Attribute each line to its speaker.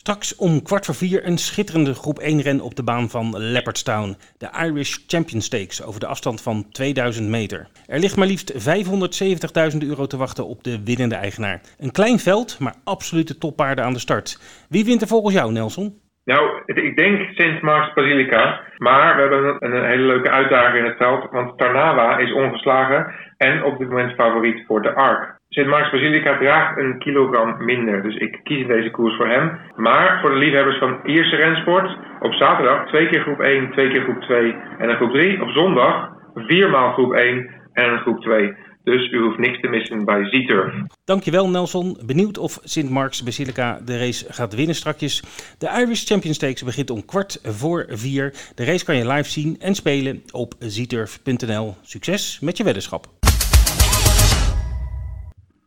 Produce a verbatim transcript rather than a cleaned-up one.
Speaker 1: Straks om kwart voor vier een schitterende groep één ren op de baan van Leopardstown. De Irish Champion Stakes over de afstand van tweeduizend meter. Er ligt maar liefst vijfhonderdzeventigduizend euro te wachten op de winnende eigenaar. Een klein veld, maar absolute toppaarden aan de start. Wie wint er volgens jou, Nelson?
Speaker 2: Nou, ik denk Sint Marks Basilica. Maar we hebben een, een hele leuke uitdaging in het veld. Want Tarnawa is ongeslagen en op dit moment favoriet voor de Ark. Sint Marks Basilica draagt een kilogram minder. Dus ik kies in deze koers voor hem. Maar voor de liefhebbers van Ierse rensport. Op zaterdag twee keer groep één, twee keer groep twee en een groep drie. Op zondag viermaal groep één en een groep twee. Dus u hoeft niks te missen bij Z-Turf.
Speaker 1: Dankjewel Nelson. Benieuwd of Sint Marks Basilica de race gaat winnen strakjes. De Irish Champion Stakes begint om kwart voor vier. De race kan je live zien en spelen op z turf punt n l. Succes met je weddenschap.